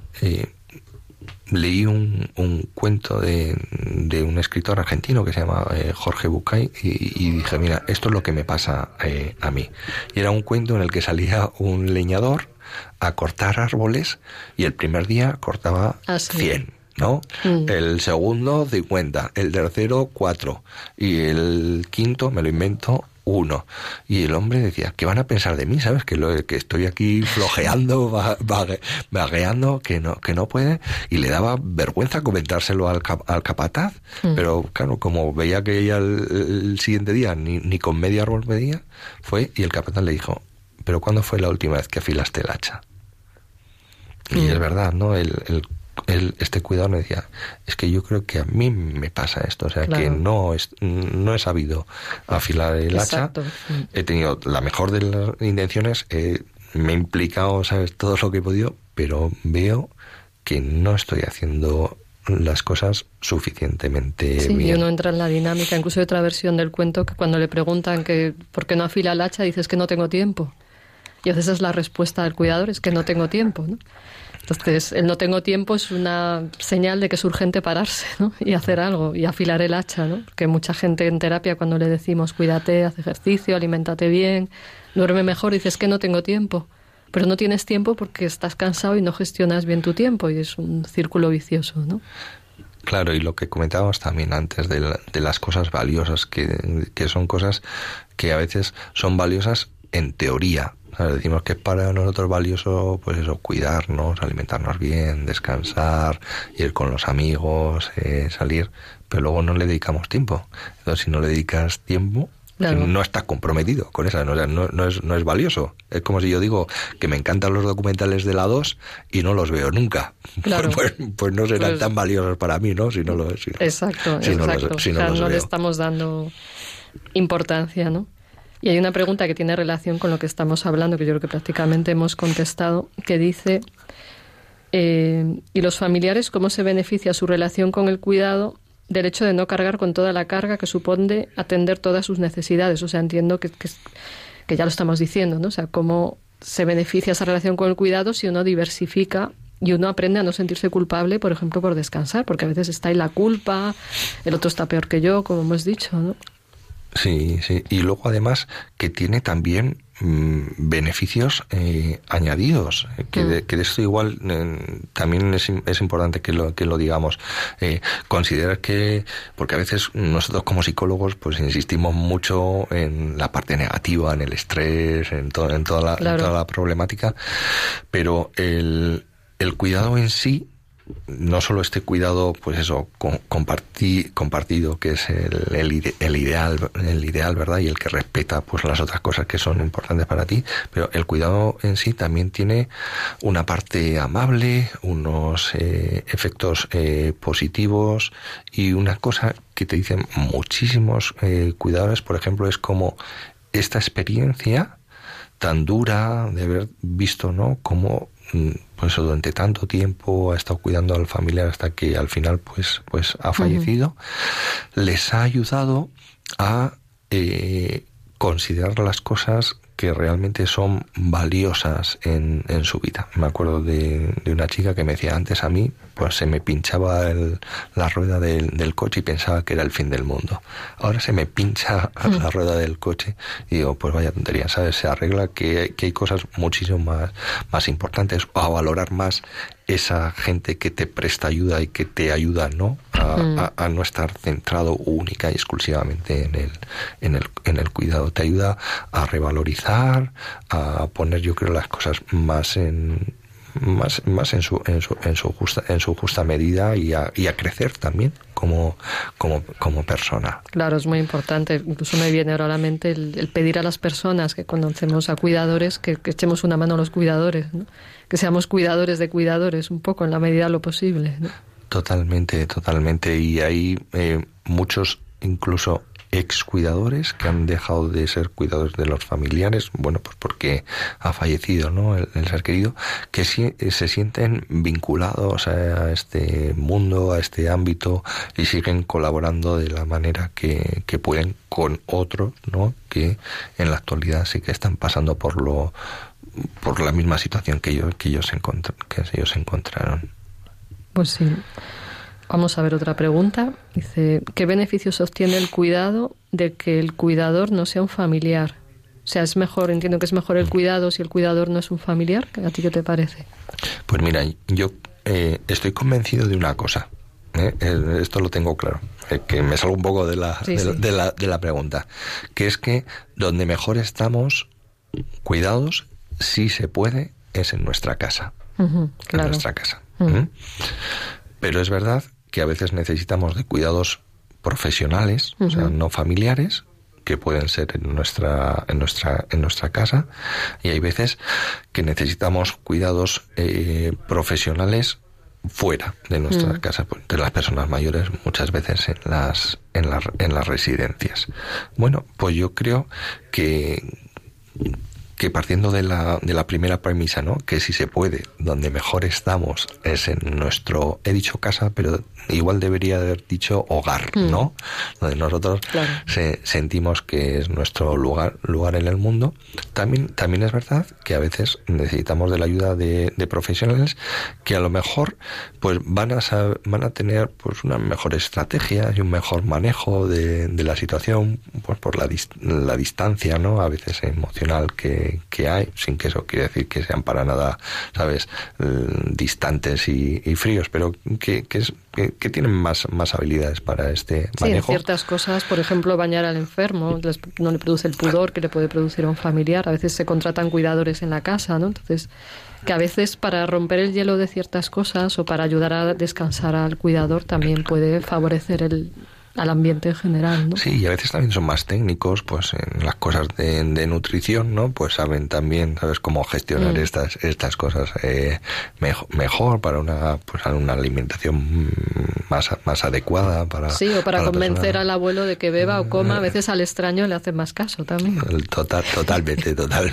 leí un cuento de un escritor argentino que se llama Jorge Bucay y dije, mira, esto es lo que me pasa a mí. Y era un cuento en el que salía un leñador a cortar árboles y el primer día cortaba 100, ¿no? El segundo 50, el tercero 4 y el quinto, me lo invento, 1. Y el hombre decía, ¿qué van a pensar de mí? ¿Sabes? Que estoy aquí flojeando, vagueando, que no puede. Y le daba vergüenza comentárselo al capataz. Pero claro, como veía que ella el siguiente día ni con medio árbol medía, fue y el capataz le dijo, ¿pero cuándo fue la última vez que afilaste el hacha? Y es verdad, ¿no? Este cuidador me decía, es que yo creo que a mí me pasa esto, o sea, claro, que no he sabido afilar el Exacto. hacha, he tenido la mejor de las intenciones, me he implicado, ¿sabes?, todo lo que he podido, pero veo que no estoy haciendo las cosas suficientemente bien. Y uno entra en la dinámica, incluso hay otra versión del cuento que cuando le preguntan que por qué no afila el hacha, dices que no tengo tiempo. Y a veces es la respuesta del cuidador, es que no tengo tiempo, ¿no? Entonces, el no tengo tiempo es una señal de que es urgente pararse, ¿no? Y hacer algo, y afilar el hacha, ¿no? Porque mucha gente en terapia, cuando le decimos cuídate, haz ejercicio, aliméntate bien, duerme mejor, dices que no tengo tiempo. Pero no tienes tiempo porque estás cansado y no gestionas bien tu tiempo, y es un círculo vicioso, ¿no? Claro, y lo que comentábamos también antes de las cosas valiosas, que son cosas que a veces son valiosas en teoría. Decimos que es para nosotros valioso, pues eso, cuidarnos, alimentarnos bien, descansar, ir con los amigos, salir, pero luego no le dedicamos tiempo. Entonces, si no le dedicas tiempo, claro, no estás comprometido con esa, no es valioso. Es como si yo digo que me encantan los documentales de la 2 y no los veo nunca. Claro. Pues no serán tan valiosos para mí, ¿no? Exacto. No le estamos dando importancia, ¿no? Y hay una pregunta que tiene relación con lo que estamos hablando, que yo creo que prácticamente hemos contestado, que dice, ¿y los familiares cómo se beneficia su relación con el cuidado del hecho de no cargar con toda la carga que supone atender todas sus necesidades? O sea, entiendo que ya lo estamos diciendo, ¿no? O sea, cómo se beneficia esa relación con el cuidado si uno diversifica y uno aprende a no sentirse culpable, por ejemplo, por descansar, porque a veces está ahí la culpa, el otro está peor que yo, como hemos dicho, ¿no? Sí. Y luego además que tiene también beneficios añadidos, que de esto igual también es importante que lo digamos. Considerar que, porque a veces nosotros como psicólogos pues insistimos mucho en la parte negativa, en el estrés, en toda la problemática, pero el cuidado en sí, no solo este cuidado, pues eso, compartido, que es el ideal, ¿verdad? Y el que respeta pues las otras cosas que son importantes para ti, pero el cuidado en sí también tiene una parte amable, unos efectos positivos, y una cosa que te dicen muchísimos cuidadores, por ejemplo, es como esta experiencia tan dura de haber visto, ¿no?, cómo pues durante tanto tiempo ha estado cuidando al familiar hasta que al final pues ha fallecido, les ha ayudado a considerar las cosas que realmente son valiosas en su vida. Me acuerdo de una chica que me decía, antes a mí pues se me pinchaba la rueda del coche y pensaba que era el fin del mundo. Ahora se me pincha la rueda del coche y digo, pues vaya tontería, ¿sabes? Se arregla, que hay cosas muchísimo más importantes, o a valorar más esa gente que te presta ayuda y que te ayuda, ¿no?, a no estar centrado única y exclusivamente en el cuidado. Te ayuda a revalorizar, a poner, yo creo, las cosas más más en su justa medida y a crecer también como persona. Claro, es muy importante. Incluso me viene ahora a la mente el pedir a las personas que conocemos a cuidadores que echemos una mano a los cuidadores, ¿no? Que seamos cuidadores de cuidadores, un poco en la medida de lo posible, ¿no? Totalmente. Y hay muchos, incluso excuidadores, que han dejado de ser cuidadores de los familiares, bueno, pues porque ha fallecido, ¿no?, el ser querido, que sí, se sienten vinculados a este mundo, a este ámbito, y siguen colaborando de la manera que pueden con otros, ¿no?, que en la actualidad sí que están pasando por la misma situación que ellos encontraron. Pues sí. Vamos a ver otra pregunta. Dice, ¿qué beneficios obtiene el cuidado de que el cuidador no sea un familiar? O sea, es mejor, entiendo que es mejor el cuidado si el cuidador no es un familiar. ¿A ti qué te parece? Pues mira, yo estoy convencido de una cosa. Esto lo tengo claro. Que me salgo un poco de la pregunta. Que es que donde mejor estamos cuidados, si se puede, es en nuestra casa. Claro. En nuestra casa. Pero es verdad que a veces necesitamos de cuidados profesionales, o sea, no familiares, que pueden ser en nuestra casa, y hay veces que necesitamos cuidados profesionales fuera de nuestra casa, de las personas mayores, muchas veces en las residencias. Bueno, pues yo creo que partiendo de la primera premisa, ¿no?, que si se puede, donde mejor estamos es en nuestro, he dicho casa, pero igual debería haber dicho hogar, ¿no?, donde nosotros sentimos que es nuestro lugar en el mundo. También es verdad que a veces necesitamos de la ayuda de profesionales que a lo mejor pues van a tener pues unas mejores estrategias y un mejor manejo de la situación, pues por la distancia, ¿no?, a veces emocional que hay, sin que eso quiera decir que sean para nada, ¿sabes?, distantes y fríos, pero que tienen más habilidades para este manejo. Sí, en ciertas cosas, por ejemplo, bañar al enfermo no le produce el pudor que le puede producir a un familiar. A veces se contratan cuidadores en la casa, ¿no? Entonces, que a veces para romper el hielo de ciertas cosas o para ayudar a descansar al cuidador también puede favorecer al ambiente en general, ¿no? Sí, y a veces también son más técnicos, pues en las cosas de nutrición, ¿no? Pues saben también, ¿sabes?, cómo gestionar estas cosas mejor para una alimentación más adecuada para... Sí, o para convencer al abuelo de que beba o coma. A veces al extraño le hacen más caso también. Totalmente.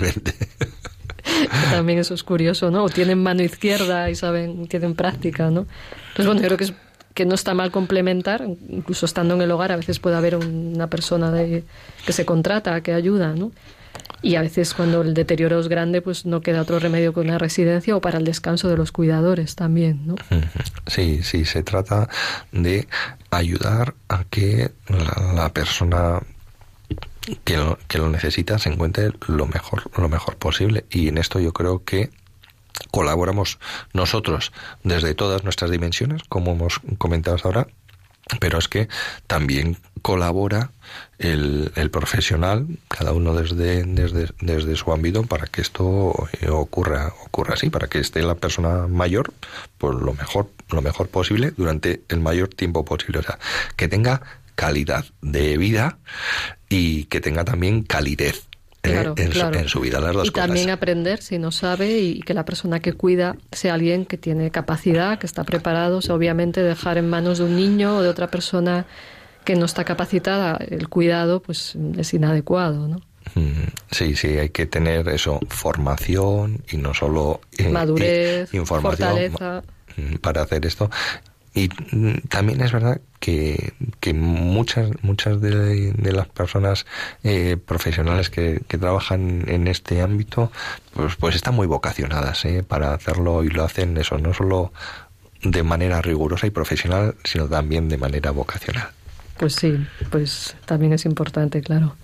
También eso es curioso, ¿no? O tienen mano izquierda y tienen práctica, ¿no? Entonces, bueno, yo creo que no está mal complementar, incluso estando en el hogar, a veces puede haber una persona que se contrata, que ayuda, ¿no? Y a veces cuando el deterioro es grande, pues no queda otro remedio que una residencia o para el descanso de los cuidadores también, ¿no? Sí, se trata de ayudar a que la persona que lo necesita se encuentre lo mejor posible, y en esto yo creo que colaboramos nosotros desde todas nuestras dimensiones, como hemos comentado hasta ahora, pero es que también colabora el profesional, cada uno desde su ámbito, para que esto ocurra así, para que esté la persona mayor pues lo mejor posible durante el mayor tiempo posible, o sea, que tenga calidad de vida y que tenga también calidez en su vida, las dos cosas. Y también aprender si no sabe, y que la persona que cuida sea alguien que tiene capacidad, que está preparado. O sea, obviamente dejar en manos de un niño o de otra persona que no está capacitada el cuidado, pues es inadecuado, ¿no? Sí, hay que tener eso, formación y no solo madurez, información, fortaleza para hacer esto. Y también es verdad que muchas de las personas profesionales que trabajan en este ámbito pues están muy vocacionadas para hacerlo, y lo hacen eso no solo de manera rigurosa y profesional, sino también de manera vocacional. Pues sí, pues también es importante, claro.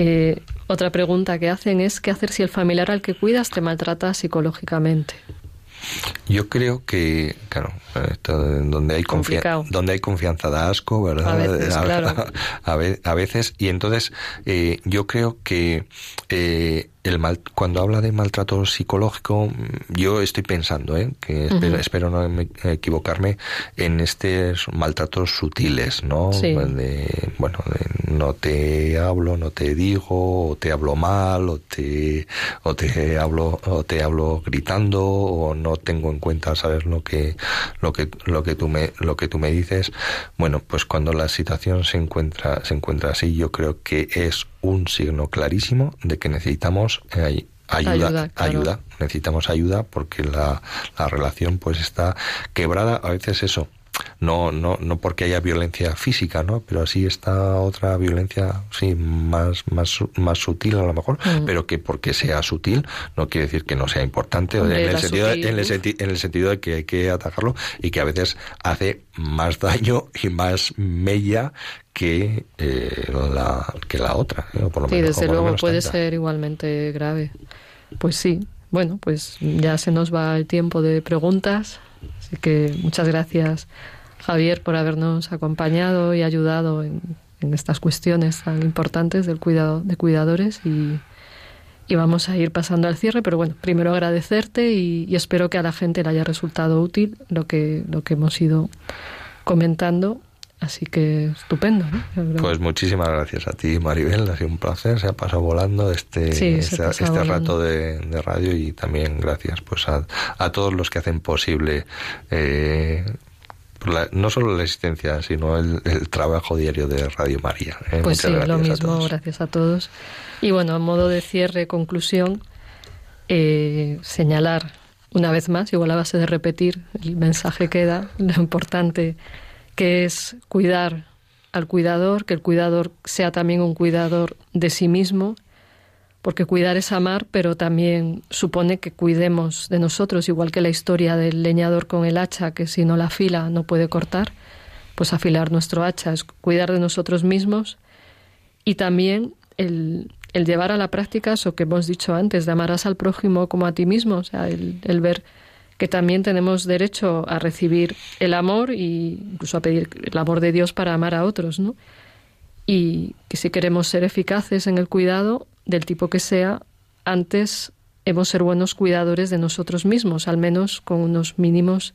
Otra pregunta que hacen es: ¿qué hacer si el familiar al que cuidas te maltrata psicológicamente? Yo creo que, claro, donde hay confianza da asco, ¿verdad? A veces, claro. A veces, y entonces yo creo que cuando habla de maltrato psicológico, yo estoy pensando, que espero no equivocarme, en estos maltratos sutiles, ¿no? Sí. De no te hablo, no te digo, o te hablo mal, o te hablo gritando, o no tengo en cuenta, ¿sabes? lo que tú me dices. Bueno, pues cuando la situación se encuentra así, yo creo que es un signo clarísimo de que necesitamos ayuda, claro. Necesitamos ayuda porque la relación pues está quebrada. A veces eso, no porque haya violencia física, ¿no? Pero sí está otra violencia, sí, más sutil a lo mejor, pero que porque sea sutil no quiere decir que no sea importante. Hombre, en el sentido de que hay que atacarlo, y que a veces hace más daño y más mella que la otra, ¿no? Por lo menos, desde luego puede ser igualmente grave. Pues sí, bueno, pues ya se nos va el tiempo de preguntas, así que muchas gracias, Javier, por habernos acompañado y ayudado en estas cuestiones tan importantes del cuidado de cuidadores, y vamos a ir pasando al cierre, pero bueno, primero agradecerte y espero que a la gente le haya resultado útil lo que hemos ido comentando. Así que estupendo, ¿no? Pues muchísimas gracias a ti, Maribel, ha sido un placer, se ha pasado volando este rato de radio, y también gracias pues a todos los que hacen posible no solo la existencia, sino el trabajo diario de Radio María. Pues sí, lo mismo, gracias a todos. Y bueno, a modo de cierre, conclusión, señalar una vez más, igual a base de repetir, el mensaje queda, lo importante que es cuidar al cuidador, que el cuidador sea también un cuidador de sí mismo, porque cuidar es amar, pero también supone que cuidemos de nosotros, igual que la historia del leñador con el hacha, que si no la afila no puede cortar, pues afilar nuestro hacha es cuidar de nosotros mismos, y también el llevar a la práctica eso que hemos dicho antes, de amarás al prójimo como a ti mismo, o sea, el ver que también tenemos derecho a recibir el amor, e incluso a pedir el amor de Dios para amar a otros, ¿no? Y que si queremos ser eficaces en el cuidado, del tipo que sea, antes hemos de ser buenos cuidadores de nosotros mismos, al menos con unos mínimos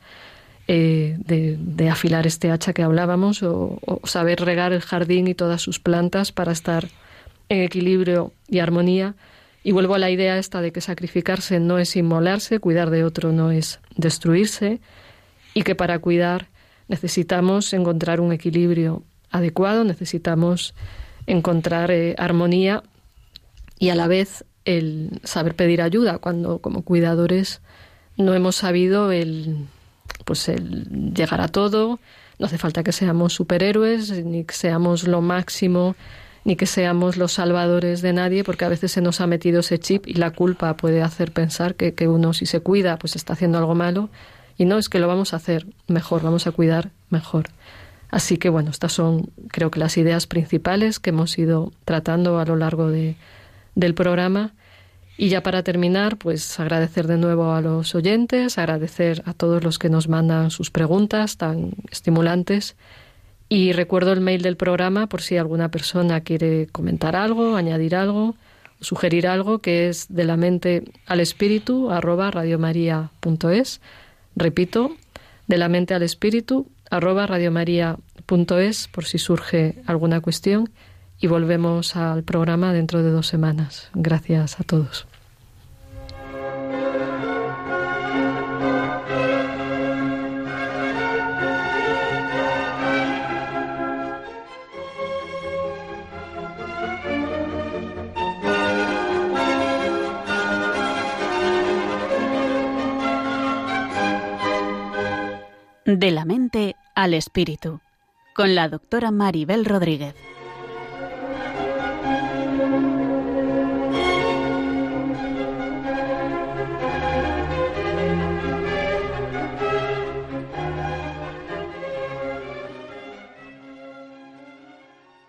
de afilar este hacha que hablábamos, o saber regar el jardín y todas sus plantas para estar en equilibrio y armonía. Y vuelvo a la idea esta de que sacrificarse no es inmolarse, cuidar de otro no es destruirse, y que para cuidar necesitamos encontrar un equilibrio adecuado, necesitamos encontrar armonía, y a la vez el saber pedir ayuda cuando como cuidadores no hemos sabido el llegar a todo. No hace falta que seamos superhéroes, ni que seamos lo máximo, ni que seamos los salvadores de nadie, porque a veces se nos ha metido ese chip y la culpa puede hacer pensar que uno, si se cuida, pues está haciendo algo malo, y no, es que lo vamos a hacer mejor, vamos a cuidar mejor. Así que bueno, estas son, creo que, las ideas principales que hemos ido tratando a lo largo del programa. Y ya para terminar, pues agradecer de nuevo a los oyentes, agradecer a todos los que nos mandan sus preguntas tan estimulantes. Y recuerdo el mail del programa por si alguna persona quiere comentar algo, añadir algo, sugerir algo, que es de la mente al espíritu @radiomaria.es. Repito, de la mente al espíritu @radiomaria.es, por si surge alguna cuestión. Y volvemos al programa dentro de 2 semanas. Gracias a todos. De la mente al espíritu, con la doctora Maribel Rodríguez.